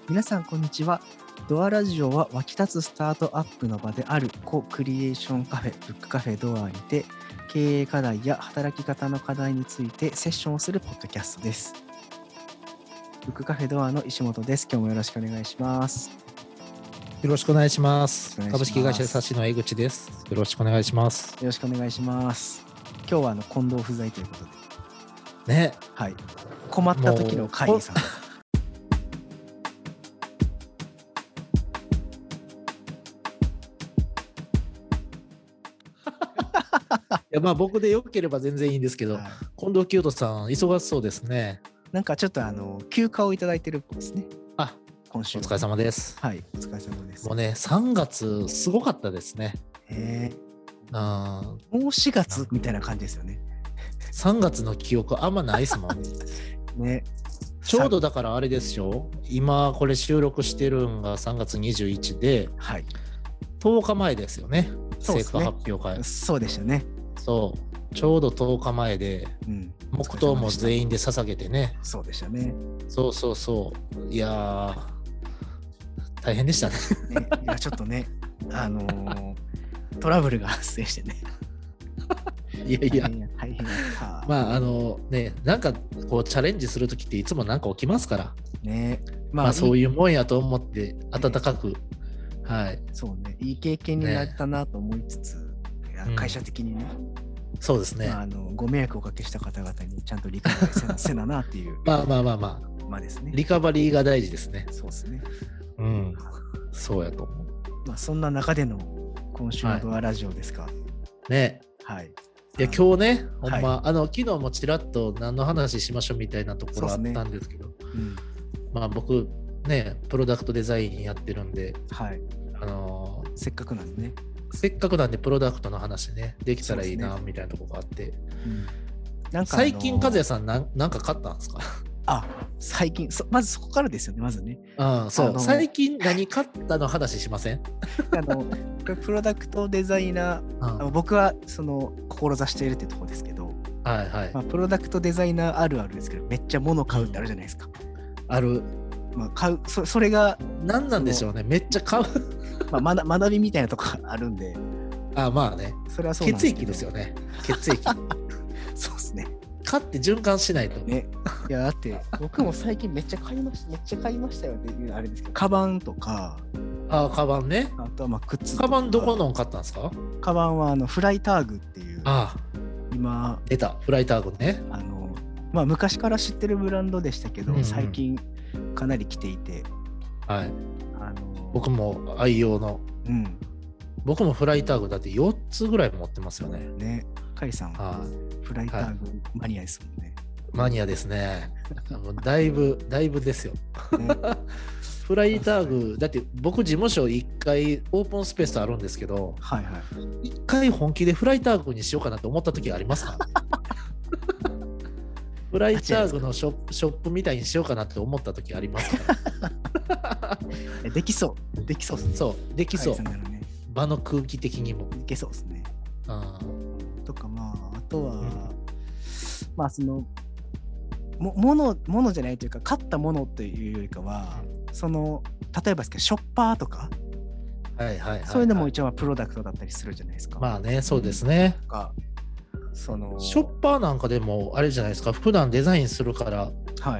皆さんこんにちは。ドアラジオは湧き立つスタートアップの場であるコクリエーションカフェブックカフェドアにて経営課題や働き方の課題についてセッションをするポッドキャストです。ブックカフェドアの石本です。今日もよろしくお願いします。 よろしくお願いします。 お願いします。 株式会社サシの江口です。よろしくお願いします。 よろしくお願いします。今日は近藤不在ということで。 ね。 はい。困った時の会議さん。いやまあ僕でよければ全然いいんですけど、はい、近藤清人さん忙しそうですね。 なんかちょっと休暇をいただいてるっぽいですね。 あ、今週、お疲れ様です。 はい、お疲れ様です。 もうね、3月すごかったですね。 もう4月みたいな感じですよね。 3月の記憶あんまないですもんね。 ちょうどだからあれですよ。今これ収録してるんが3月21で、はい、10日前ですよね。成果発表会。 そうでしたね。 そう。ちょうど10日前で、黙祷も全員で捧げてね。 そうでしたね。 そうそうそう。いやー、大変でしたね。 いや、ちょっとね、トラブルが発生してね。 いやいや、 大変だった。 まあね、なんかこうチャレンジするときっていつもなんか起きますから。 ね。 まあそういうもんやと思って温かく、はい。 そうね、いい経験になったなと思いつつ、会社的にね。 そうですね。 ご迷惑をおかけした方々にちゃんとリカバリーせななっていう。 まあ。 まあですね。 リカバリーが大事ですね。 そうですね。 そうやと思う。 まあそんな中での今週のドアラジオですか。 ね。 はい。 いや今日ね、ほんま、昨日もちらっと何の話しましょうみたいなところあったんですけど、まあ僕ね、プロダクトデザインやってるんで、 はい。せっかくなんでね。 せっかくなんでプロダクトの話ね、できたらいいなみたいなところがあって、なんか最近和也さんなんか買ったんですか？ 最近まずそこからですよね、まずね。 そう最近何買ったの話しません？ プロダクトデザイナー、僕は志しているってとこですけど、プロダクトデザイナーあるあるですけど、めっちゃ物買うってあるじゃないですか。 ある。 買う、それが何なんでしょうね、めっちゃ買う。 学びみたいなとこあるんで。 まあね。 それはそうなんですけど。 血液ですよね。血液。 そうですね。 買って循環しないと。 ね。いやだって僕も最近めっちゃ買いましたよっていうあれですけど、カバンとか。 カバンね。 あとは靴とか。 カバンどこの買ったんですか？ カバンはフライターグっていう。今出たフライターグね。 昔から知ってるブランドでしたけど、最近かなり来ていて。 はい。僕も愛用の。僕もフライターグだって4つぐらい持ってますよね。 ね。カイさんはフライターグマニアですもんね。 マニアですね。だいぶですよ。フライターグだって僕事務所1回オープンスペースあるんですけど、1回本気でフライターグにしようかなと思った時ありますか？フライターグのショップみたいにしようかなって思った時ありますか？ できそうですね。 そうできそう。場の空気的にもいけそうですね。とかあとは、ものじゃないというか買ったものというよりかは、例えばですけどショッパーとか、そういうのも一応プロダクトだったりするじゃないですか。 まあね、そうですね。ショッパーなんかでもあれじゃないですか、普段デザインするから、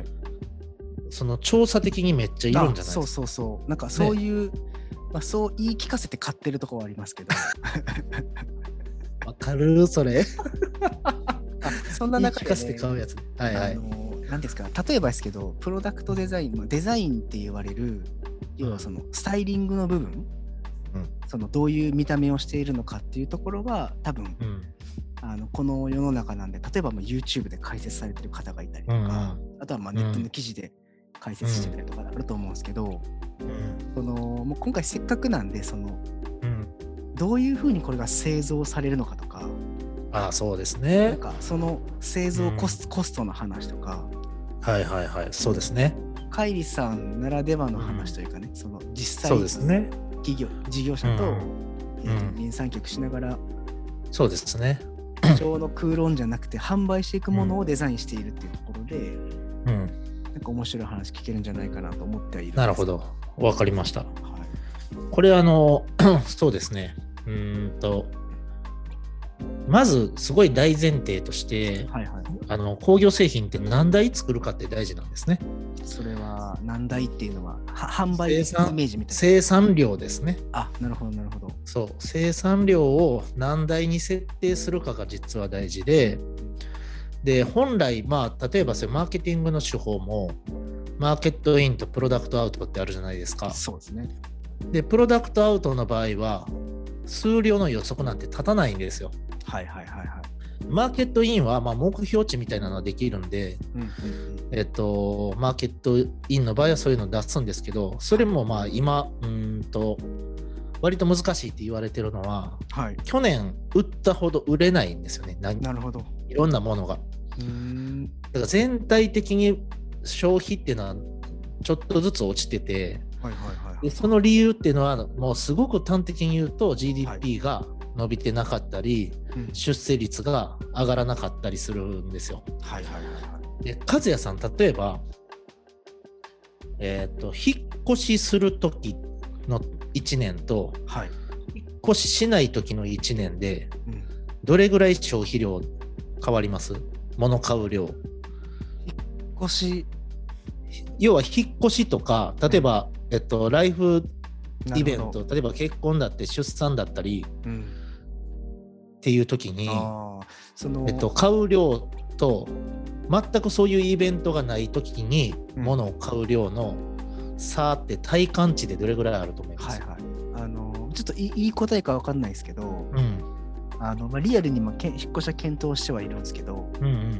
調査的にめっちゃいるんじゃないですか。 そうなんかそういう、そう言い聞かせて買ってるところはありますけど。 わかるそれ。 そんな中で、 言い聞かせて買うやつ。 何ですか、例えばですけど、プロダクトデザイン、デザインって言われる、要はスタイリングの部分、どういう見た目をしているのかっていうところは多分、この世の中なんで、例えばYouTube で解説されてる方がいたりとか、あとはネットの記事で解説してたりとかあると思うんですけど、もう今回せっかくなんでどういうふうにこれが製造されるのかとか、 そうですね。 なんか製造コストの話とか、 そうですね。 カイリさんならではの話というかね、実際そうですね。 事業者と臨産局しながら、 そうですね。 市場の空論じゃなくて販売していくものをデザインしているっていうところで、 なんか面白い話聞けるんじゃないかなと思ってはいるんです。 なるほど、わかりました。 はい、 これそうですね。まずすごい大前提として、はいはい、工業製品って何台作るかって大事なんですね。 それは何台っていうのは販売イメージみたいな。 生産量ですね。 あ、なるほどなるほど。 そう、生産量を何台に設定するかが実は大事で、本来例えばそれマーケティングの手法もマーケットインとプロダクトアウトってあるじゃないですか。 そうですね。 でプロダクトアウトの場合は数量の予測なんて立たないんですよ。 はいはいはいはい。 マーケットインは目標値みたいなのはできるんで、マーケットインの場合はそういうのを出すんですけど、それも今割と難しいって言われてるのは、はい、去年売ったほど売れないんですよね。なるほど。いろんなものが。だから全体的に消費っていうのはちょっとずつ落ちてて、はいはいはい、でその理由っていうのはもうすごく端的に言うと GDP が伸びてなかったり、はい、出生率が上がらなかったりするんですよ。はいはいはい、で和也さん、例えば、引っ越しする時の1年と、はい、引っ越ししない時の1年で、どれぐらい消費量変わります？物買う量。引っ越し、 要は引っ越しとか、例えば、ライフイベント、例えば結婚だって出産だったり、っていう時に買う量と全くそういうイベントがない時に物を買う量の差って体感値でどれぐらいあると思います？ はいはい、ちょっといい答えか分かんないですけど、リアルに引っ越しは検討してはいるんですけど、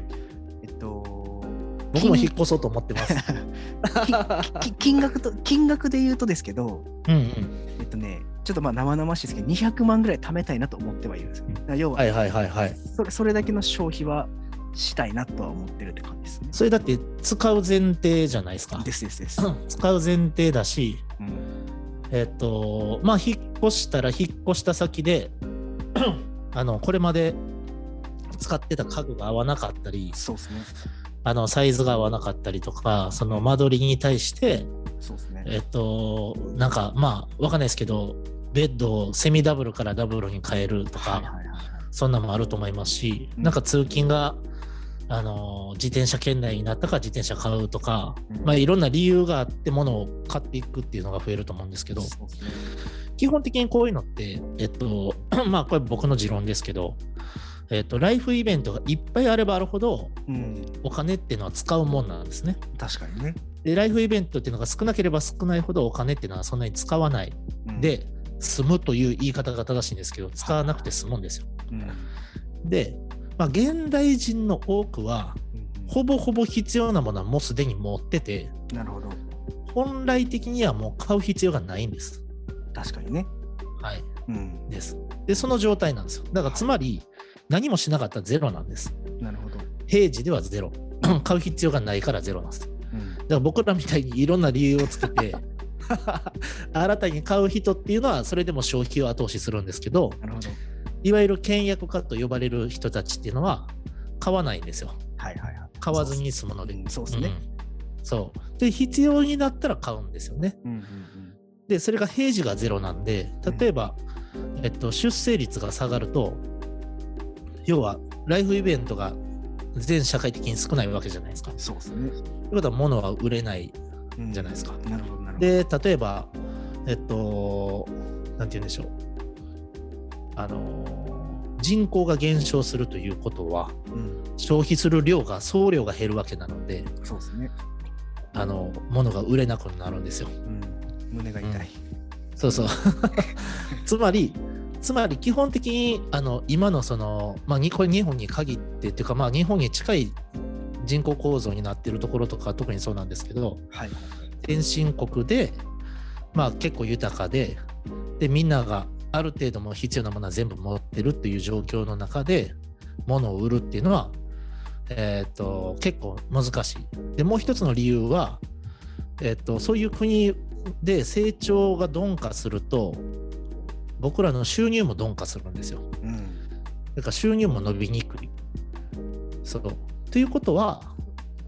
僕も引っ越そうと思ってます金額で言うとですけど、ちょっと生々しいですけど200万ぐらい貯めたいなと思ってはいるんですよ。要は、それだけの消費はしたいなとは思ってるって感じですね。 それだって使う前提じゃないですか。 です使う前提だし、引っ越したら引っ越した先でこれまで使ってた家具が合わなかったり、 そうですね、 サイズが合わなかったりとか、その間取りに対して、 そうですね、 なんかわかんないですけど、ベッドをセミダブルからダブルに変えるとか、そんなのもあると思いますし、なんか通勤が自転車圏内になったから自転車買うとか、いろんな理由があって物を買っていくっていうのが増えると思うんですけど、基本的にこういうのってこれ僕の持論ですけど、ライフイベントがいっぱいあればあるほど、お金っていうのは使うもんなんですね。 確かにね。 でライフイベントっていうのが少なければ少ないほどお金っていうのはそんなに使わない、で済むという言い方が正しいんですけど、使わなくて済むんですよ。で、現代人の多くは、ほぼほぼ必要なものはもうすでに持ってて、 なるほど、 本来的にはもう買う必要がないんです。 確かにね。 はい、です。でその状態なんですよ。だからつまり、何もしなかったらゼロなんです。 なるほど。 平時ではゼロ。買う必要がないからゼロなんです。だから僕らみたいにいろんな理由をつけて新たに買う人っていうのはそれでも消費を後押しするんですけど、 なるほど、 いわゆる倹約家と呼ばれる人たちっていうのは買わないんですよ。買わずに済むので。 そうですね。 そうで必要になったら買うんですよね。でそれが平時がゼロなんで、例えば、出生率が下がると、要はライフイベントが全社会的に少ないわけじゃないですか。 そうですね。ということは物は売れないじゃないですか。 なるほど。 で例えばなんて言うんでしょう、人口が減少するということは、消費する量が総量が減るわけなので、 そうですね、 物が売れなくなるんですよ。 胸が痛い。 そうつまり基本的に今のこれ日本に限ってっていうか、日本に近い人口構造になっているところとか特にそうなんですけど、先進国で結構豊かでみんながある程度も必要なものは全部持ってるっていう状況の中で物を売るっていうのは、結構難しい。でもう一つの理由は、そういう国で成長が鈍化すると僕らの収入も鈍化するんですよ。だから収入も伸びにくい。ということは、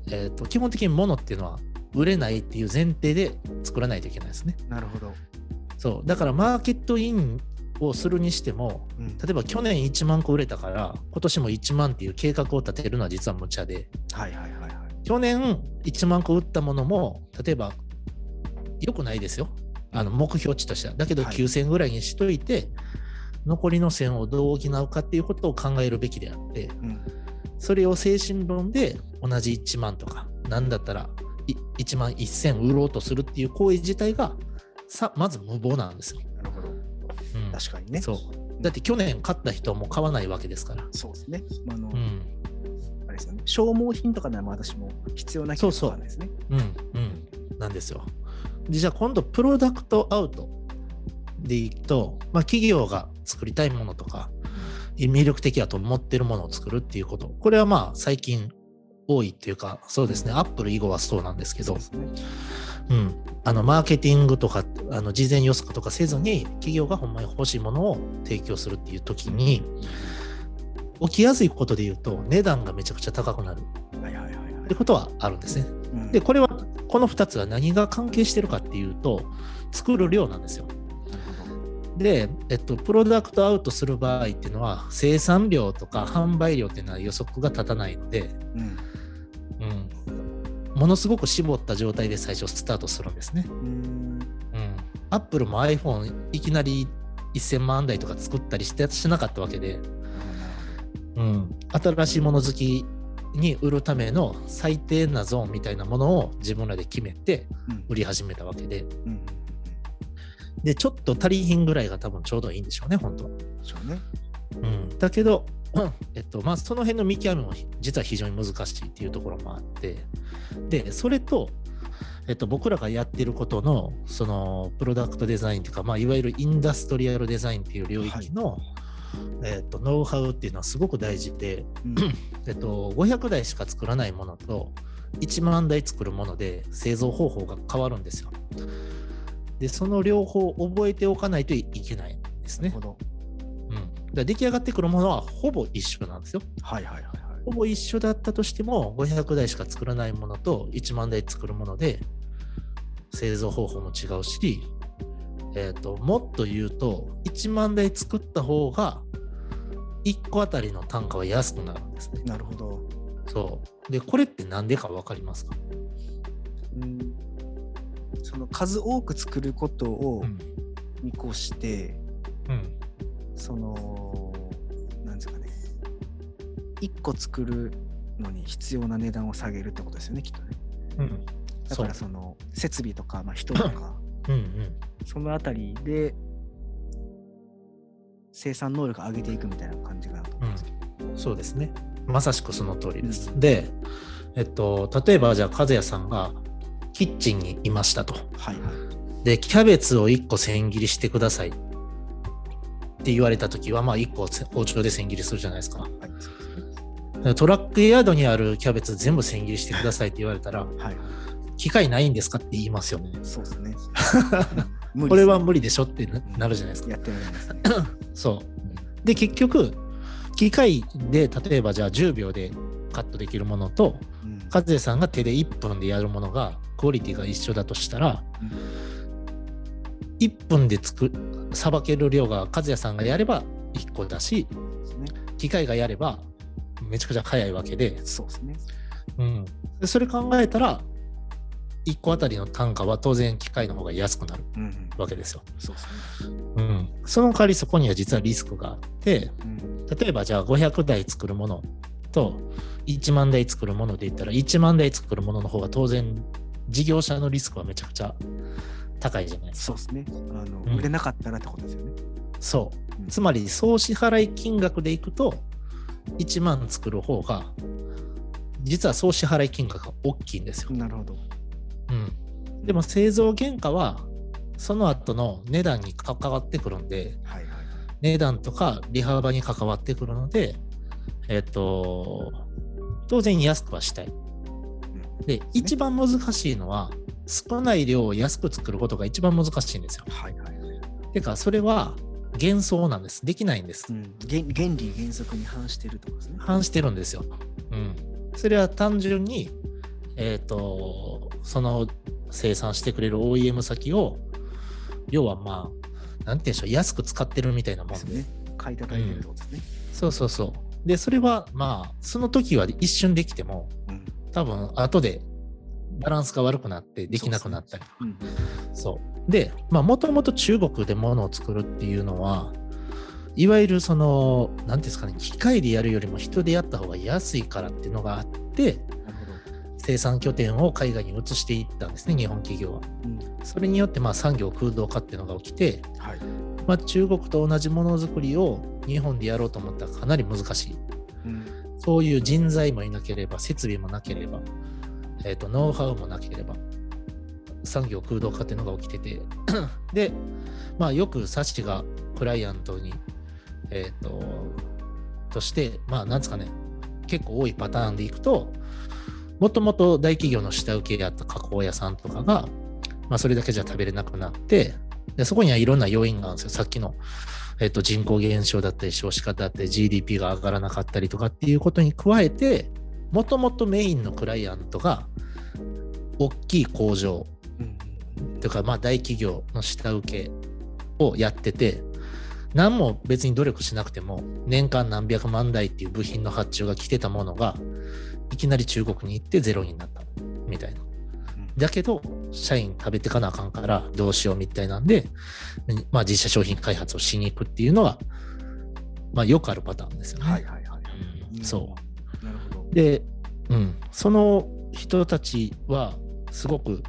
基本的に物っていうのは売れないっていう前提で作らないといけないですね。 なるほど。 そうだからマーケットインをするにしても、例えば去年1万個売れたから今年も1万っていう計画を立てるのは実は無茶で、去年1万個売ったものも例えば良くないですよ、目標値としては。だけど9000ぐらいにしといて、残りの1000をどう補うかっていうことを考えるべきであって、それを精神論で同じ1万とかなんだったら1万1000売ろうとするっていう行為自体がまず無謀なんですよ。 なるほど。確かにね。 そうだって去年買った人も買わないわけですから。 そうですね。あれですよね。消耗品とかなら私も必要な気がするんですね。 なんですよ。でじゃあ今度プロダクトアウトでいくと、企業が作りたいものとか魅力的だと思ってるものを作るっていうこと、これは最近多いっていうか、そうですね、アップル以後はそうなんですけど、マーケティングとか事前予測とかせずに企業がほんまに欲しいものを提供するっていう時に、起きやすいことで言うと値段がめちゃくちゃ高くなるってことはあるんですね。でこの2つは何が関係してるかっていうと、作る量なんですよ。で、プロダクトアウトする場合っていうのは生産量とか販売量っていうのは予測が立たないので、ものすごく絞った状態で最初スタートするんですね。アップルも iPhone いきなり1000万台とか作ったりしなかったわけで、新しいもの好きに売るための最低なゾーンみたいなものを自分らで決めて売り始めたわけで、でちょっと足りひんぐらいが多分ちょうどいいんでしょうね、本当は。 そうね。 だけど、その辺の見極めも実は非常に難しいっていうところもあって、でそれと、僕らがやってることのそのプロダクトデザインというか、いわゆるインダストリアルデザインっていう領域の、ノウハウっていうのはすごく大事で、500台しか作らないものと1万台作るもので製造方法が変わるんですよ。でその両方覚えておかないといけないんですね。だ出来上がってくるものはほぼ一緒なんですよ。ほぼ一緒だったとしても500台しか作らないものと1万台作るもので製造方法も違うし、もっと言うと1万台作った方が1個あたりの単価は安くなるんですね。 なるほど。 そうでこれって何でか分かりますか？ その数多く作ることを見越して、そのなんですかね、1個作るのに必要な値段を下げるってことですよね、きっとね。だからその設備とか、人とかそのあたりで生産能力を上げていくみたいな感じかなと思いますけど。 そうですね、まさしくその通りです。で、例えばじゃあ和也さんがキッチンにいましたと。でキャベツを1個千切りしてくださいって言われたときは、1個包丁で千切りするじゃないですか。トラックヤードにあるキャベツ全部千切りしてくださいって言われたら、機械ないんですかって言いますよね。 そうですね。 これは無理でしょってなるじゃないですか。 やってられますね。 そうで結局機械で例えばじゃあ10秒でカットできるものと、和也さんが手で1分でやるものがクオリティが一緒だとしたら、1分でさばける量が和也さんがやれば1個だし、機械がやればめちゃくちゃ早いわけで、 そうですね。 でそれ考えたら1個あたりの単価は当然機械の方が安くなるわけですよ。その代わりそこには実はリスクがあって、例えばじゃあ500台作るものと1万台作るもので言ったら、1万台作るものの方が当然事業者のリスクはめちゃくちゃ高いじゃないですか。 そうですね。売れなかったらってことですよね。 つまり総支払い金額でいくと1万作る方が実は総支払い金額が大きいんですよ。 なるほど。 でも製造原価はその後の値段に関わってくるんで、値段とか利幅に関わってくるので、当然安くはしたい。で、一番難しいのは少ない量を安く作ることが一番難しいんですよ。てかそれは幻想なんです。できないんです。 原理原則に反してるとかですね。 反してるんですよ。それは単純にその生産してくれる OEM 先を要はまあなんていうんでしょう、安く使ってるみたいなもんで、 ね、買い叩いてるってことですね、 そうそうそう。でそれはまあその時は一瞬できても、多分後でバランスが悪くなってできなくなったり、そうでもともと中国で物を作るっていうのはいわゆるその何ていうんですかね、機械でやるよりも人でやった方が安いからっていうのがあって、生産拠点を海外に移していったんですね、日本企業は。それによって産業空洞化っていうのが起きて、中国と同じものづくりを日本でやろうと思ったらかなり難しい、そういう人材もいなければ設備もなければ、ノウハウもなければ産業空洞化っていうのが起きててで、よくサッシがクライアントに、としてなんですかね、結構多いパターンでいくと、もともと大企業の下請けやった加工屋さんとかが、それだけじゃ食べれなくなって、でそこにはいろんな要因があるんですよ。さっきの、人口減少だったり少子化だったり GDP が上がらなかったりとかっていうことに加えて、もともとメインのクライアントが大きい工場、というか大企業の下請けをやってて、何も別に努力しなくても年間何百万台っていう部品の発注が来てたものがいきなり中国に行ってゼロになったみたいな。だけど社員食べてかなあかんからどうしようみたいなんで、自社商品開発をしに行くっていうのはよくあるパターンですよね。そう。なるほど。で、その人たちはすごく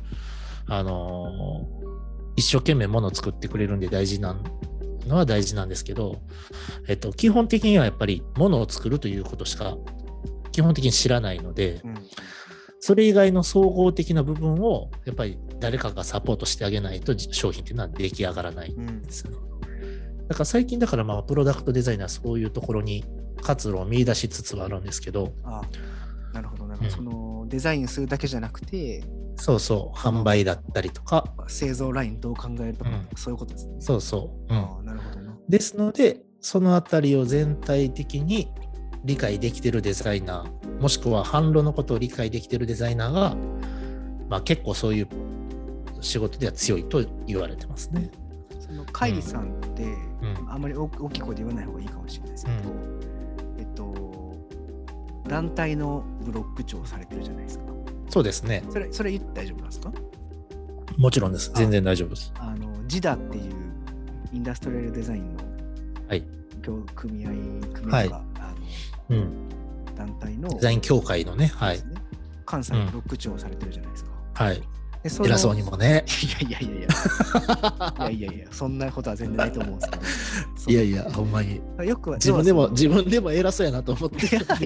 一生懸命ものを作ってくれるんで大事なのは大事なんですけど、基本的にはやっぱりものを作るということしか基本的に知らないので、それ以外の総合的な部分をやっぱり誰かがサポートしてあげないと商品っていうのは出来上がらないんですね。だから最近だからプロダクトデザイナーはそういうところに活路を見出しつつはあるんですけど。 なるほどなるほど、そのデザインするだけじゃなくて、 そうそう販売だったりとか製造ラインどう考えるとか、そういうことですね。 そうそう、 なるほどな。 ですのでそのあたりを全体的に理解できてるデザイナー、もしくは販路のことを理解できてるデザイナーが、結構そういう仕事では強いと言われてますね。 そのカイリさんって、あんまり大きい声で言わない方がいいかもしれないですけど、団体のブロック長をされてるじゃないですか。 そうですね。 それ言って大丈夫なんですか？ もちろんです。全然大丈夫です。 ジダっていうインダストリアルデザインの組合が、団体のデザイン協会のね、 関西のブロック長をされてるじゃないですか。 偉そうにもね。 いやそんなことは全然ないと思うんですけど。 ほんまに。 よくは自分でも偉そうやなと思って。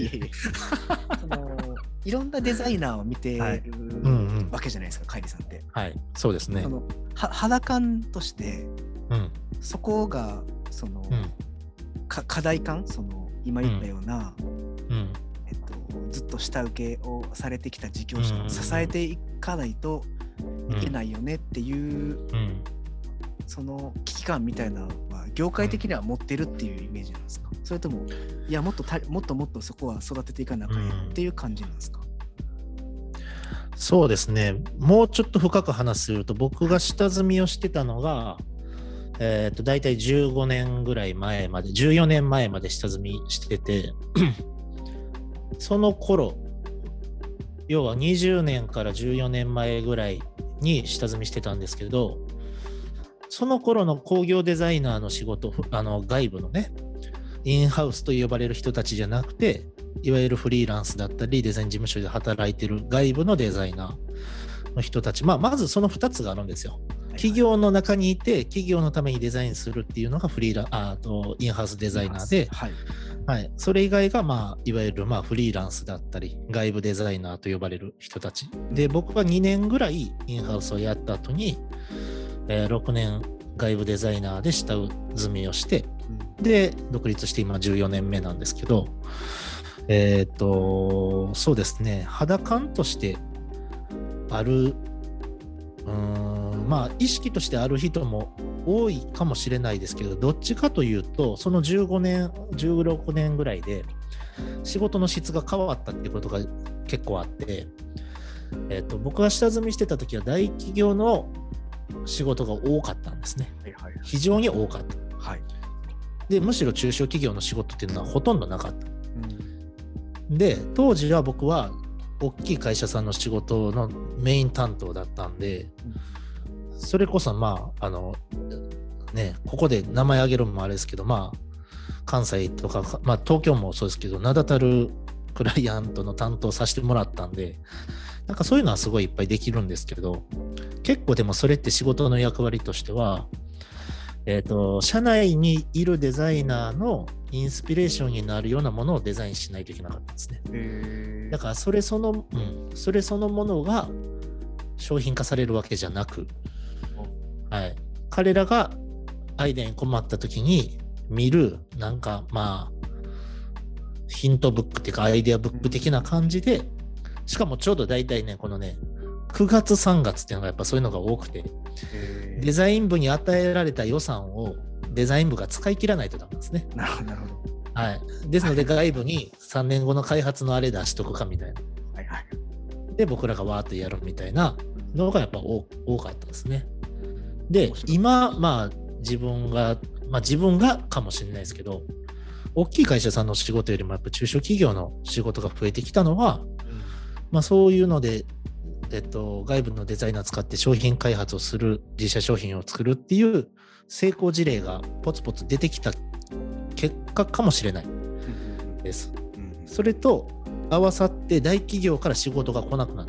いろんなデザイナーを見てるわけじゃないですか、カイリさんって。 そうですね。 肌感として、そこがその、課題感、その今言ったような、ずっと下請けをされてきた事業者を支えていかないといけないよねっていう、その危機感みたいなのは業界的には持ってるっていうイメージなんですか？それともいやもっとそこは育てていかなあかんよっていう感じなんですか？ そうですね。もうちょっと深く話すると、僕が下積みをしてたのがだいたい15年ぐらい前まで、14年前まで下積みしててその頃、要は20年から14年前ぐらいに下積みしてたんですけど、その頃の工業デザイナーの仕事、外部のね、インハウスと呼ばれる人たちじゃなくて、いわゆるフリーランスだったりデザイン事務所で働いてる外部のデザイナーの人たち、まずその2つがあるんですよ。企業の中にいて企業のためにデザインするっていうのがインハウスデザイナーで、それ以外がいわゆるフリーランスだったり外部デザイナーと呼ばれる人たちで、僕は2年ぐらいインハウスをやった後に、6年外部デザイナーで下積みをして、で独立して今14年目なんですけど、そうですね、肌感としてある、意識としてある人も多いかもしれないですけど、どっちかというとその15年16年ぐらいで仕事の質が変わったっていうことが結構あって、 僕が下積みしてた時は大企業の仕事が多かったんですね。 はいはいはい、 非常に多かった。 はい、 でむしろ中小企業の仕事っていうのはほとんどなかった。で当時は僕は大きい会社さんの仕事のメイン担当だったんで、それこそまあここで名前挙げるのもあれですけど、まあ関西とか、まあ、東京もそうですけど名だたるクライアントの担当させてもらったんで、なんかそういうのはすごいいっぱいできるんですけど、結構でもそれって仕事の役割としては、社内にいるデザイナーのインスピレーションになるようなものをデザインしないといけなかったんですね。だからそれそのものが商品化されるわけじゃなく、はい、彼らがアイデアに困った時に見るなんかまあヒントブックっていうかアイデアブック的な感じで、しかもちょうど大体ねこのね9月3月っていうのがやっぱそういうのが多くて、デザイン部に与えられた予算をデザイン部が使い切らないとダメですね。 なるほど。 はい。ですので外部に3年後の開発のあれ出しとくかみたいな。 はいはい。 で僕らがわーっとやるみたいなのがやっぱ多かったですね。で今まあ自分がかもしれないですけど、大きい会社さんの仕事よりもやっぱ中小企業の仕事が増えてきたのは、まあそういうので外部のデザイナー使って商品開発をする、自社商品を作るっていう成功事例がポツポツ出てきた結果かもしれないです。それと合わさって大企業から仕事が来なくなった。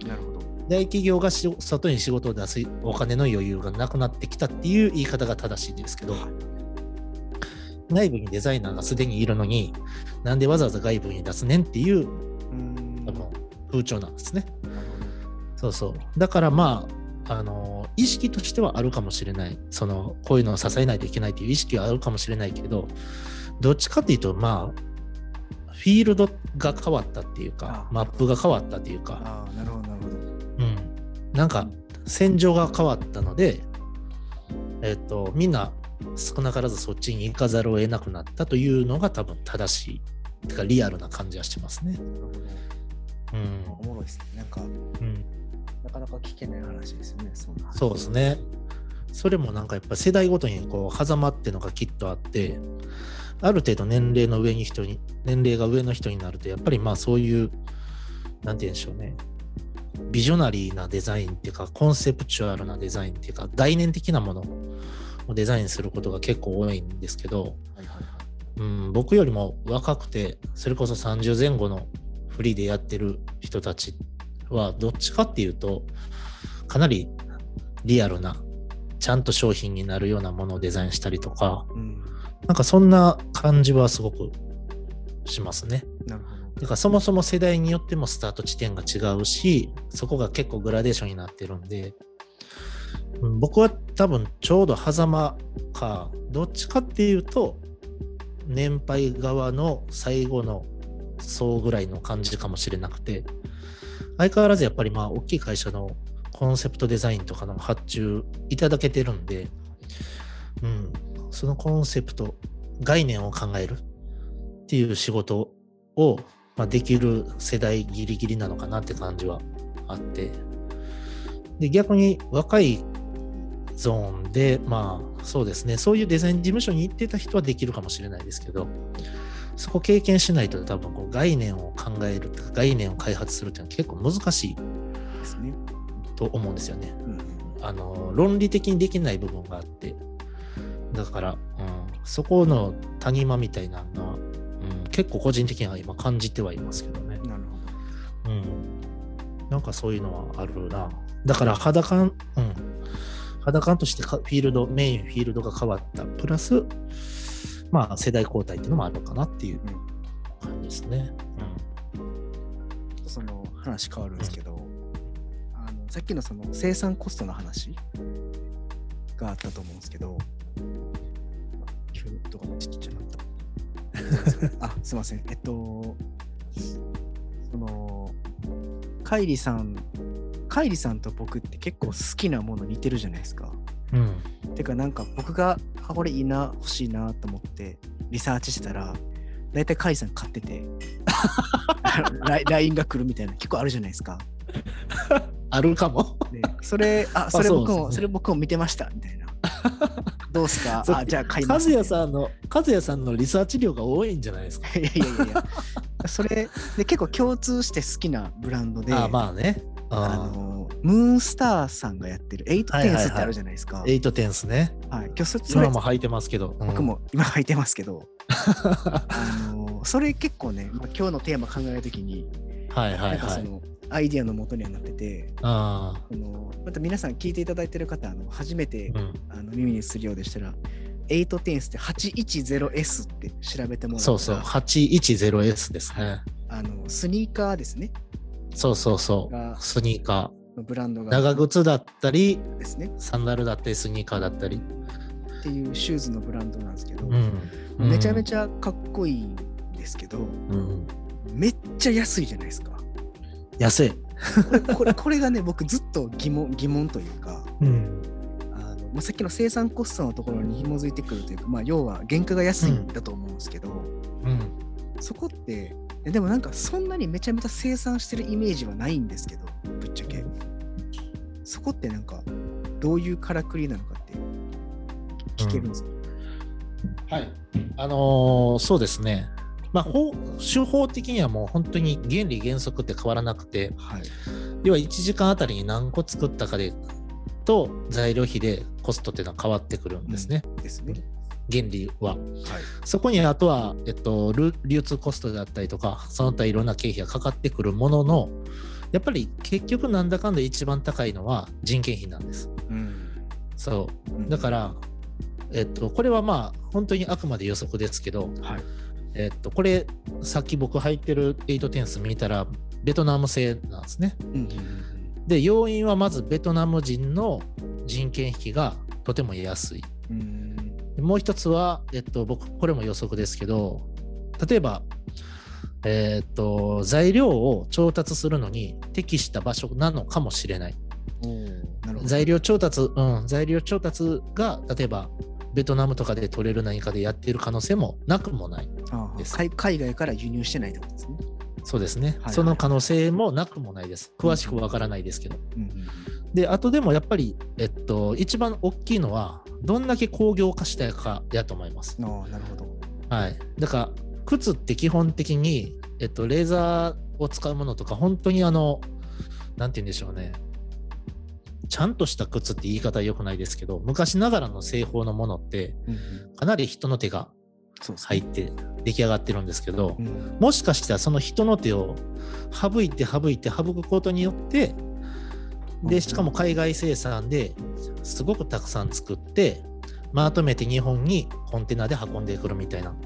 なるほど。 大企業が外に仕事を出すお金の余裕がなくなってきたっていう言い方が正しいんですけど、内部にデザイナーがすでにいるのになんでわざわざ外部に出すねんっていう風潮なんですね。そうそう。だからまあ、意識としてはあるかもしれない。こういうのを支えないといけないという意識はあるかもしれないけど、どっちかというと、まあ、フィールドが変わったっていうか、マップが変わったっていうか、 なるほど、なるほど。 なんか、戦場が変わったので、みんな少なからずそっちに行かざるを得なくなったというのが多分正しい、てかリアルな感じはしてますね。なるほど。 おもろいですね。なんか、なかなか聞けない話ですよね。 そうですね。それもなんかやっぱ世代ごとにこう狭間っていうのがきっとあって、ある程度年齢が上の人になるとやっぱりまあそういうなんて言うんでしょうね、ビジョナリーなデザインっていうかコンセプチュアルなデザインっていうか概念的なものをデザインすることが結構多いんですけど、僕よりも若くてそれこそ30前後のフリーでやってる人たちはどっちかっていうとかなりリアルなちゃんと商品になるようなものをデザインしたりとか、なんかそんな感じはすごくしますね。なるほど。だからそもそも世代によってもスタート地点が違うし、そこが結構グラデーションになってるんで、僕は多分ちょうど狭間か、どっちかっていうと年配側の最後の層ぐらいの感じかもしれなくて、相変わらずやっぱりまあ大きい会社のコンセプトデザインとかの発注いただけてるんで、そのコンセプト概念を考えるっていう仕事を、できる世代ギリギリなのかなって感じはあって、で逆に若いゾーンでそうですね、そういうデザイン事務所に行ってた人はできるかもしれないですけど、そこ経験しないと多分こう概念を考える、概念を開発するっていうのは結構難しいですねと思うんですよね。論理的にできない部分があって、だから、そこの谷間みたいなのは、結構個人的には今感じてはいますけどね。なるほど。なんかそういうのはあるな。だから肌感としてメインフィールドが変わったプラス、世代交代っていうのもあるかなっていう感じですね。 その話変わるんですけど、さっきのその生産コストの話があったと思うんですけど、どこがちっちゃくなったすいません。そのカイリさんと僕って結構好きなもの似てるじゃないですか。てかなんか僕がこれいいな、欲しいなと思ってリサーチしてたら、だいたいカイリさん買っててLINE が来るみたいな結構あるじゃないですか。 あるかも。 それ僕も見てましたみたいな。どうすか？じゃあ買います。 和也さんのリサーチ量が多いんじゃないですか。 いや。それで結構共通して好きなブランドで、 まあね。 ムーンスターさんがやってるエイトテンスってあるじゃないですか。 エイトテンスね。 はい。 今も履いてますけど。 僕も今履いてますけど、それ結構ね、今日のテーマ考えるときに、なんかそのアイディアの元にはなってて、また皆さん聞いていただいてる方、初めて、耳にするようでしたら、エイトテンスって 810S って調べてもらったら、 そう 810S ですね。 スニーカーですね。 そうスニーカーブランドが長靴だったりですね、 サンダルだったりスニーカーだったりっていうシューズのブランドなんですけど、めちゃめちゃかっこいいんですけど、めっちゃ安いじゃないですか。 安い。 これがね、僕ずっと疑問というか、さっきの生産コストのところに紐づいてくるというか、要は原価が安いんだと思うんですけど、そこってでもなんかそんなにめちゃめちゃ生産してるイメージはないんですけど、ぶっちゃけそこってなんかどういうからくりなのかって聞けるんですか？ はい、そうですね。手法的にはもう本当に原理原則って変わらなくて、要は1時間あたりに何個作ったかでと材料費でコストっていうのは変わってくるんですね。原理は、そこにあとは、流通コストであったりとかその他いろんな経費がかかってくるものの、やっぱり結局なんだかんだ一番高いのは人件費なんです。そうだから、これは本当にあくまで予測ですけど、これさっき僕履いてるエイトテンス見たらベトナム製なんですね。で要因はまずベトナム人の人件費がとても安い。もう一つは、僕これも予測ですけど、例えば、材料を調達するのに適した場所なのかもしれない。材料調達が例えばベトナムとかで取れる何かでやっている可能性もなくもないです。 海外から輸入してないってことですね。 そうですね、その可能性もなくもないです。詳しくわからないですけど、であとでもやっぱり、一番大きいのはどんだけ工業化したいかやと思います。 なるほど。 だから靴って基本的に、レーザーを使うものとか本当になんて言うんでしょうね、ちゃんとした靴って言い方は良くないですけど、昔ながらの製法のものってかなり人の手が入って出来上がってるんですけど、もしかしたらその人の手を省くことによって、でしかも海外生産ですごくたくさん作ってまとめて日本にコンテナで運んでくるみたいな。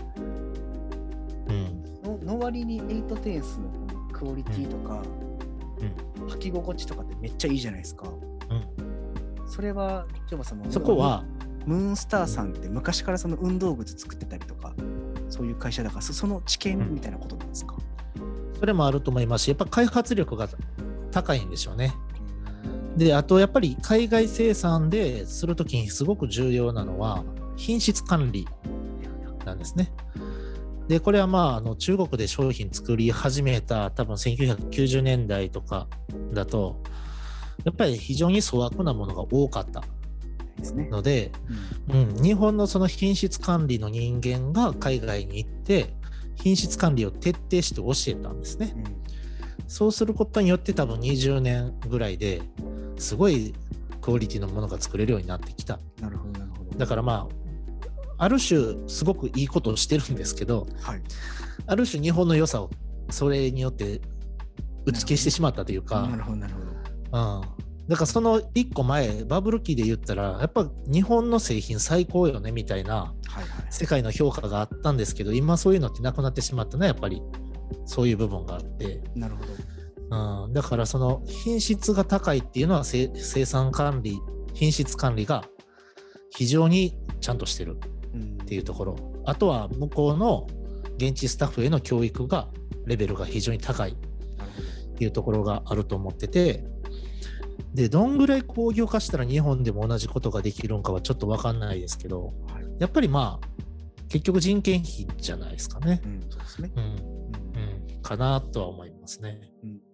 の割にエイトテンスのクオリティとか、履き心地とかってめっちゃいいじゃないですか。それはそこはムーンスターさんって昔からその運動靴作ってたりとかそういう会社だから、その知見みたいなことなんですか？ それもあると思いますし、やっぱ開発力が高いんでしょうね。であとやっぱり海外生産でするときにすごく重要なのは品質管理なんですね。でこれは中国で商品作り始めた多分1990年代とかだとやっぱり非常に粗悪なものが多かったので、日本のその品質管理の人間が海外に行って品質管理を徹底して教えたんですね。そうすることによって多分20年ぐらいですごいクオリティのものが作れるようになってきた。 なるほど。 だからある種すごくいいことをしてるんですけど、ある種日本の良さをそれによって打ち消してしまったというか。 なるほど。 だからその1個前バブル期で言ったらやっぱ日本の製品最高よねみたいな世界の評価があったんですけど、今そういうのってなくなってしまったのはやっぱりそういう部分があって。 なるほど。だからその品質が高いっていうのは生産管理品質管理が非常にちゃんとしてるっていうところ、あとは向こうの現地スタッフへの教育がレベルが非常に高いっていうところがあると思ってて、でどんぐらい工業化したら日本でも同じことができるのかはちょっと分かんないですけど、やっぱり結局人件費じゃないですかね。 そうですね。 かなとは思いますね。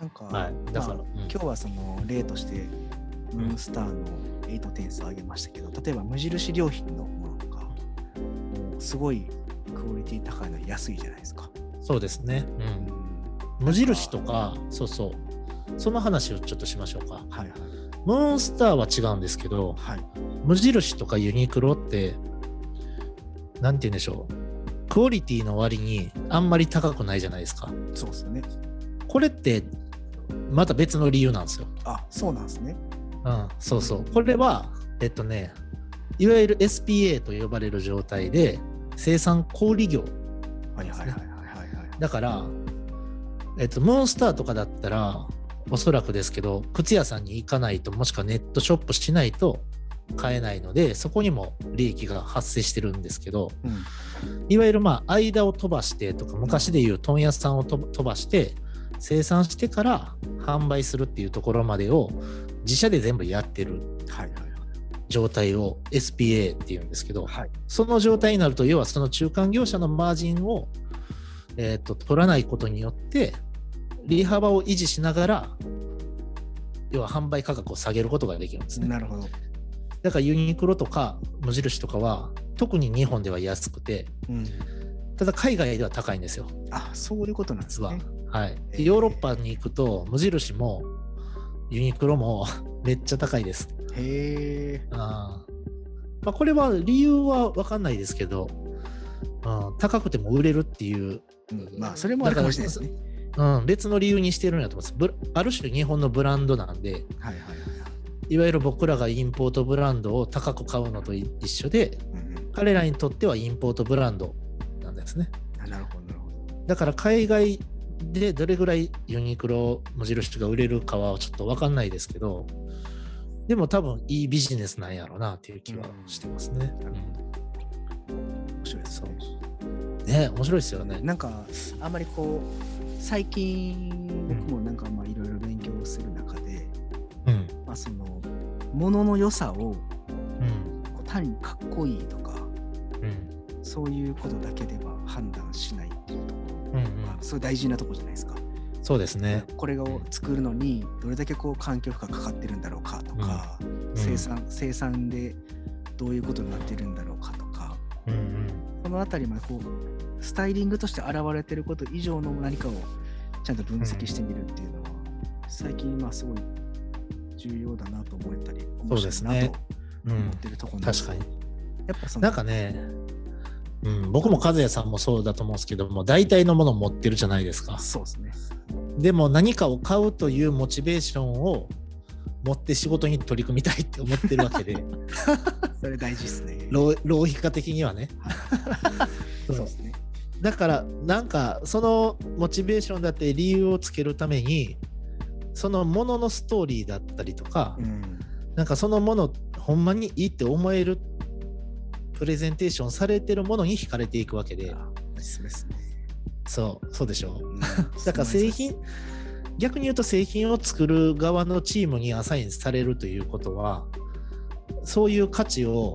なんか、 はい、だから、 今日はその例としてムーンスターの8点数を上げましたけど、例えば無印良品のものとかもうすごいクオリティ高いの安いじゃないですか。 そうですね、無印とか、そうそう、その話をちょっとしましょうか。はいはい、ムーンスターは違うんですけど、はい、無印とかユニクロってなんて言うんでしょう、クオリティの割にあんまり高くないじゃないですか。 そうですね。 これってまた別の理由なんですよ。 あ、そうなんですね。 そうそう。これは、いわゆる SPA と呼ばれる状態で、生産小売業ですね。だから、ムーンスターとかだったら、おそらくですけど、靴屋さんに行かないと、もしくはネットショップしないと買えないので、そこにも利益が発生してるんですけど、いわゆる間を飛ばしてとか、昔でいう問屋さんを飛ばして、生産してから販売するっていうところまでを自社で全部やってる状態を SPA っていうんですけど、その状態になると、要はその中間業者のマージンを、取らないことによって利幅を維持しながら、要は販売価格を下げることができるんですね。 なるほど。 だからユニクロとか無印とかは特に日本では安くて、ただ海外では高いんですよ。 あ、そういうことなんですね。 はい、ヨーロッパに行くと無印もユニクロもめっちゃ高いです。 へー。これは理由は分かんないですけど、高くても売れるっていう、 それもあるかもしれないですね。 別の理由にしてるんだと思います。ある種日本のブランドなんで、いわゆる僕らがインポートブランドを高く買うのと一緒で、彼らにとってはインポートブランドなんですね。 なるほどなるほど。 だから海外でどれぐらいユニクロ無印が売れるかはちょっと分かんないですけど、でも多分いいビジネスなんやろうなっていう気はしてますね。 面白いですね。面白いですよね。 なんかあんまりこう最近僕もなんかいろいろ勉強する中で、そのものの良さを、単にかっこいいとか、そういうことだけでは判断しないっていうところがすごい大事なところじゃないですか。 そうですね。 これを作るのにどれだけこう環境負荷かかってるんだろうかとか、生産でどういうことになってるんだろうかとか、このあたりまでこうスタイリングとして現れてること以上の何かをちゃんと分析してみるっていうのは、最近すごい重要だなと思えたり面白いなと思ってるところなんです。 確かに。やっぱなんかね、僕も和也さんもそうだと思うんですけども、大体のものを持ってるじゃないですか。 そうですね。 でも何かを買うというモチベーションを持って仕事に取り組みたいって思ってるわけでそれ大事ですね。 浪費家的にはねそうですね。 だからなんかそのモチベーションだって理由をつけるために、そのもののストーリーだったりとか、なんかそのものほんまにいいって思えるプレゼンテーションされてるものに惹かれていくわけで。 そうですね。 そうでしょう。だから逆に言うと製品を作る側のチームにアサインされるということは、そういう価値を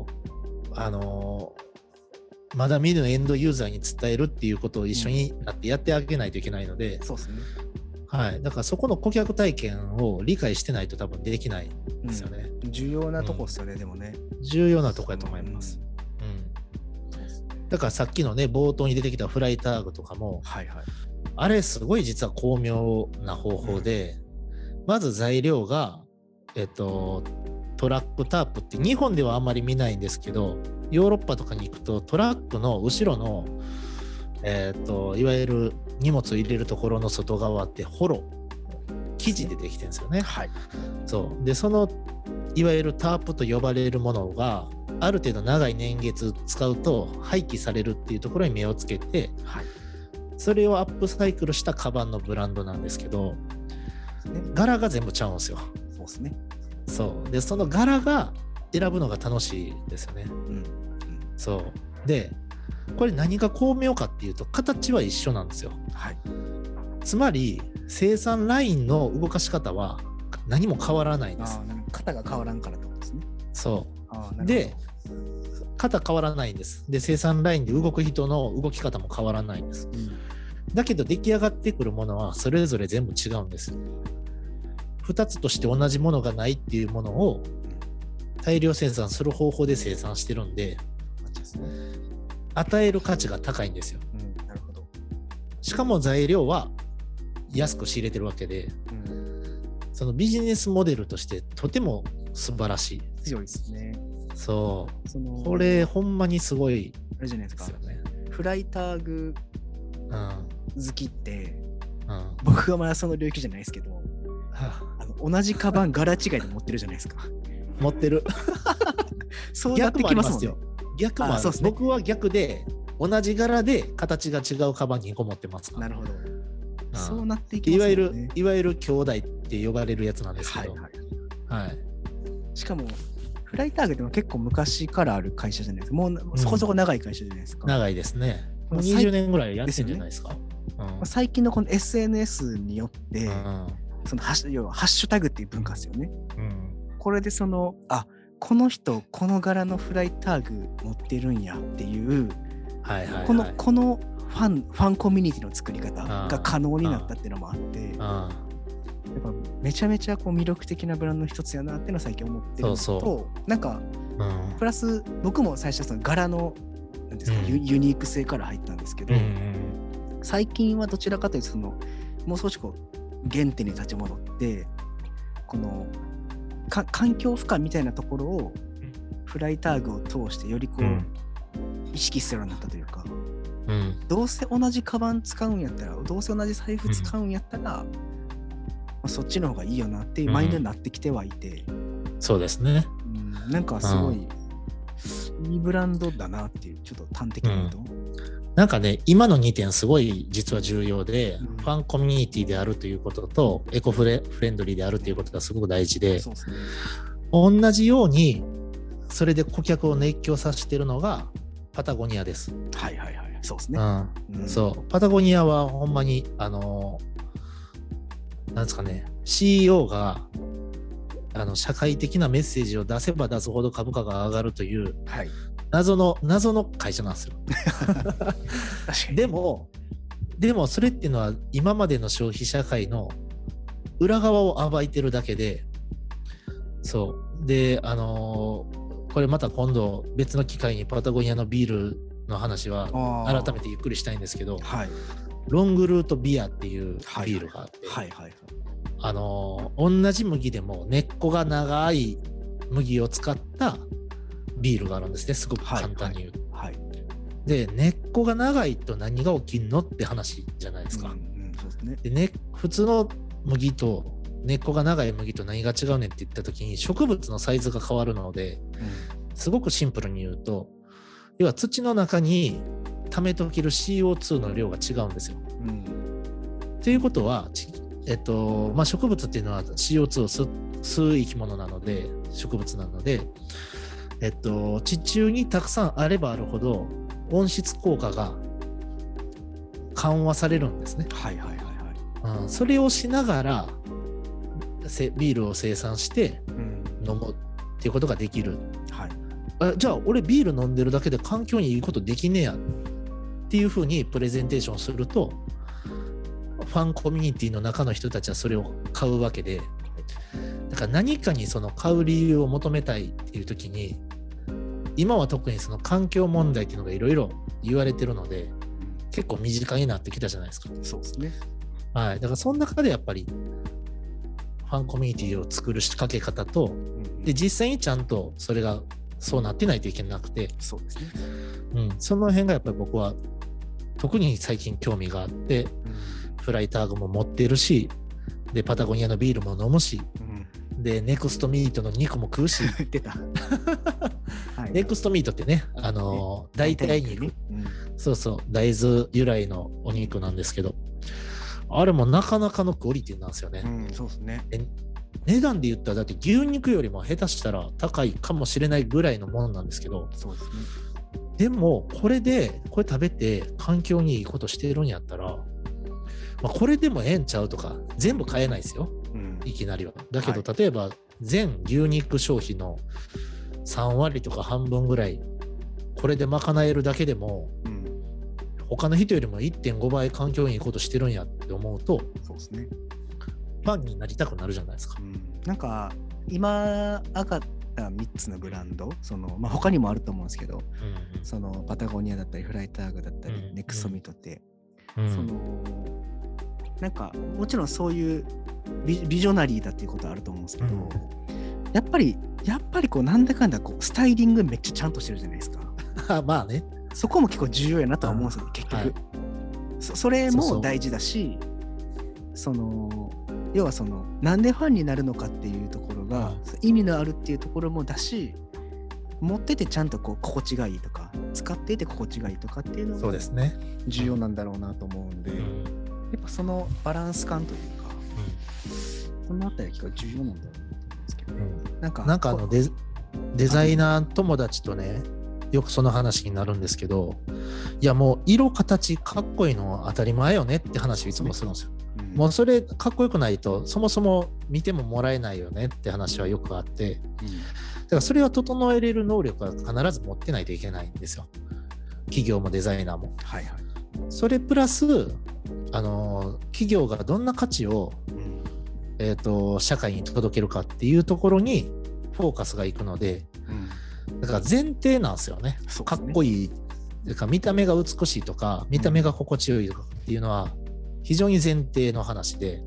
まだ見ぬエンドユーザーに伝えるっていうことを一緒になってやってあげないといけないので、 そうですね。 はい、だからそこの顧客体験を理解してないと多分できないですよね。 重要なとこですよね、でもね。 重要なとこやと思います。だからさっきのね、冒頭に出てきたフライターグとかも、あれすごい実は巧妙な方法で、まず材料が、トラックタープって日本ではあんまり見ないんですけど、ヨーロッパとかに行くとトラックの後ろの、いわゆる荷物を入れるところの外側ってホロ生地でできてるんですよね。そうで、そのいわゆるタープと呼ばれるものがある程度長い年月使うと廃棄されるっていうところに目をつけて、それをアップサイクルしたカバンのブランドなんですけど、柄が全部ちゃうんですよ。 そうですね。 そうで、その柄が選ぶのが楽しいですよね。そうで、これ何が巧妙かっていうと、形は一緒なんですよ。つまり生産ラインの動かし方は何も変わらないんです。 型が変わらんからってことですね。 そうで、型変わらないんです。で、生産ラインで動く人の動き方も変わらないんです。 だけど出来上がってくるものはそれぞれ全部違うんですよ。2つとして同じものがないっていうものを大量生産する方法で生産してるんで、与える価値が高いんですよ。 なるほど。 しかも材料は安く仕入れてるわけで、そのビジネスモデルとしてとても素晴らしい。 強いですね。 そう。これほんまにすごいあれじゃないですか。 ですよね。 フライターグ好きって、 僕はまだその領域じゃないですけど、同じカバン柄違いで持ってるじゃないですか。 持ってる。 そうなってきますもんね。 逆もある。そうですね。僕は逆で同じ柄で形が違うカバン2個持ってますから。 なるほど。そうなっていきますね。 いわゆる兄弟って呼ばれるやつなんですけど。はい。 しかもフライターグでも結構昔からある会社じゃないですか。もうそこそこ長い会社じゃないですか。 長いですね。もう20年ぐらいやってるんじゃないですか。 最近のこの SNS によって、その要はハッシュタグっていう文化ですよね。これでこの人この柄のフライターグ持ってるんやっていう、このファンコミュニティの作り方が可能になったっていうのもあって、やっぱめちゃめちゃこう魅力的なブランドの一つやなっていうのは最近思ってるのと、なんかプラス僕も最初はその柄のなんですか、ユニーク性から入ったんですけど、最近はどちらかというともう少しこう原点に立ち戻ってこの環境負荷みたいなところをフライターグを通してよりこう、意識するようになったというか、どうせ同じカバン使うんやったら、どうせ同じ財布使うんやったら、そっちの方がいいよなっていうマインドになってきてはいて、 そうですね。 なんかすごいいいブランドだなっていう、ちょっと端的に言うと。 なんかね、今の2点すごい実は重要で、ファンコミュニティであるということと、エコフレンドリーであるということがすごく大事で、同じようにそれで顧客を熱狂させているのがパタゴニアです。 はいはいはい、そうですね。 そう、パタゴニアはほんまになんですかね、CEO が社会的なメッセージを出せば出すほど株価が上がるという、謎の会社なんですよ。でもそれっていうのは今までの消費社会の裏側を暴いてるだけで、そうでこれまた今度別の機会にパタゴニアのビールの話は改めてゆっくりしたいんですけど、ロングルートビアっていうビールがあって、同じ麦でも根っこが長い麦を使ったビールがあるんですね、すごく簡単に言うと。で、根っこが長いと何が起きんのって話じゃないですか。で普通の麦と根っこが長い麦と何が違うねんって言った時に、植物のサイズが変わるので、すごくシンプルに言うと、要は土の中に溜めておける CO2 の量が違うんですよ。ということは、植物っていうのは CO2 を吸う生き物なので、植物なので、地中にたくさんあればあるほど温室効果が緩和されるんですね。それをしながらビールを生産して飲むっていうことができる。じゃあ俺ビール飲んでるだけで環境にいいことできねえやっていうふうにプレゼンテーションすると、ファンコミュニティの中の人たちはそれを買うわけで、だから何かにその買う理由を求めたいっていう時に、今は特にその環境問題っていうのがいろいろ言われてるので、結構身近になってきたじゃないですか。 そうですね。 だからその中でやっぱりファンコミュニティを作る仕掛け方と、で実際にちゃんとそれがそうなってないといけなくて、 そうですね。 その辺がやっぱり僕は特に最近興味があって、フライターグも持ってるし、でパタゴニアのビールも飲むし、でネクストミートの肉も食うし出たネクストミートってね、代替肉、そうそう、大豆由来のお肉なんですけど、あれもなかなかのクオリティなんですよね。 そうですね。 値段で言ったらだって牛肉よりも下手したら高いかもしれないぐらいのものなんですけど、 そうですね。 でもこれ食べて環境にいいことしてるんやったら、これでもええんちゃうとか全部買えないですよ、いきなりは。だけど、例えば全牛肉消費の3割とか半分ぐらいこれで賄えるだけでも、 他の人よりも 1.5 倍環境にいいことしてるんやって思うと、 そうですね。 ファンになりたくなるじゃないですか。 なんか今上がった3つのブランド、他にもあると思うんですけど、そのパタゴニアだったりフライターグだったり、ネクソミトって、なんかもちろんそういうビジョナリーだっていうことはあると思うんですけど、やっぱりこうなんだかんだこうスタイリングめっちゃちゃんとしてるじゃないですか。 まあね。 そこも結構重要やなとは思うんですよ、結局。それも大事だし、要はなんでファンになるのかっていうところが意味のあるっていうところもだし、持っててちゃんとこう心地がいいとか、使っていて心地がいいとかっていうのが重要なんだろうなと思うんで、やっぱそのバランス感というか、そのあたりが重要なんだろうなと思うんですけど、なんかデザイナー友達とね、よくその話になるんですけど、いやもう色形かっこいいのは当たり前よねって話をいつもするんですよ。もうそれかっこよくないとそもそも見てももらえないよねって話はよくあって、だからそれは整えれる能力は必ず持ってないといけないんですよ、企業もデザイナーも。それプラス企業がどんな価値を、社会に届けるかっていうところにフォーカスがいくので、だから前提なんですよね。かっこいい、だから見た目が美しいとか見た目が心地よいとかっていうのは非常に前提の話で、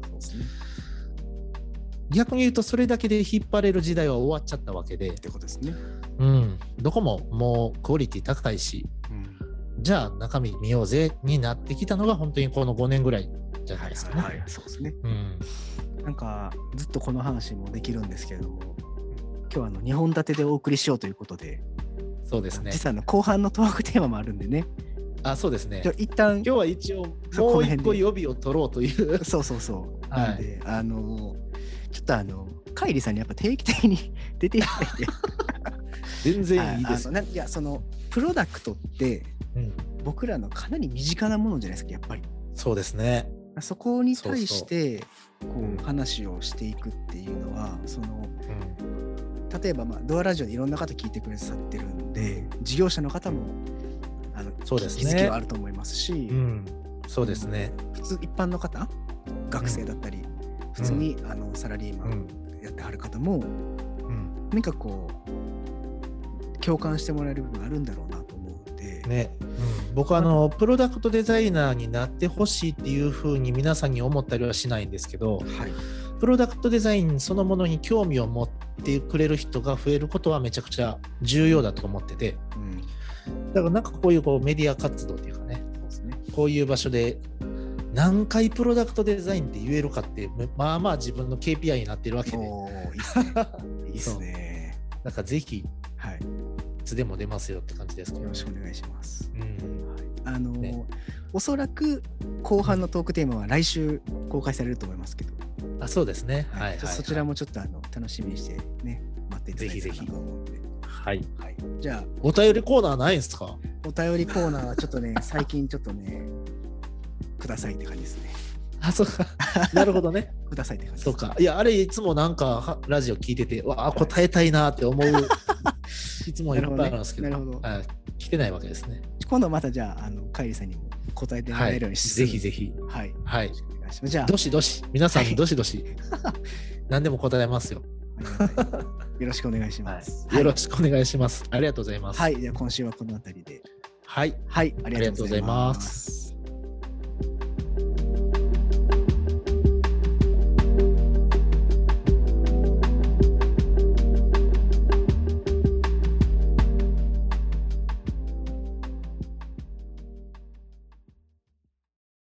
逆に言うとそれだけで引っ張れる時代は終わっちゃったわけで、 ってことですね。 どこももうクオリティ高いし、じゃあ中身見ようぜになってきたのが本当にこの5年ぐらいじゃないですかね。 そうですね。なんかずっとこの話もできるんですけれども、今日は2本立てでお送りしようということで、 そうですね。 実は後半のトークテーマもあるんでね。 そうですね。 一旦今日は一応もう一個予備を取ろうという。 そう。なんでちょっとカイリさんにやっぱ定期的に出ていただいて全然いいです。 いやプロダクトって、僕らのかなり身近なものじゃないですか、やっぱり。 そうですね。 そこに対してこう話をしていくっていうのは、例えばドアラジオでいろんな方聞いてくださってるんで、事業者の方もそうですね、 気づきはあると思いますし、 そうですね。 普通一般の方、学生だったり、普通にサラリーマンやってはる方も、何かこう共感してもらえる部分があるんだろうなと思うんで、 ね。僕はプロダクトデザイナーになってほしいっていうふうに皆さんに思ったりはしないんですけど、プロダクトデザインそのものに興味を持ってくれる人が増えることはめちゃくちゃ重要だと思ってて、だからなんかこういうメディア活動っていうかね、こういう場所で何回プロダクトデザインって言えるかってまあまあ自分の KPI になってるわけで、 いいですね。 なんかぜひ、いつでも出ますよって感じですけど、 よろしくお願いします。おそらく後半のトークテーマは来週公開されると思いますけど、 そうですね。 そちらもちょっと楽しみにしてね、待っていただいてたらと思うんで。じゃあお便りコーナーないんですか？ お便りコーナーはちょっとね最近ちょっとねくださいって感じですね。 そうか。なるほどね。 くださいって感じです。 そうか。いや、あれいつもなんかラジオ聞いてて、答えたいなって思ういつもいっぱいあるんですけど、来てないわけですね。 今度またじゃあカイリさんにも答えてもらえるようにして、 ぜひぜひ。 じゃあどしどし皆さんどしどし何でも答えますよ。 よろしくお願いします。 よろしくお願いします。ありがとうございます。 じゃあ今週はこのあたりで。 ありがとうございます。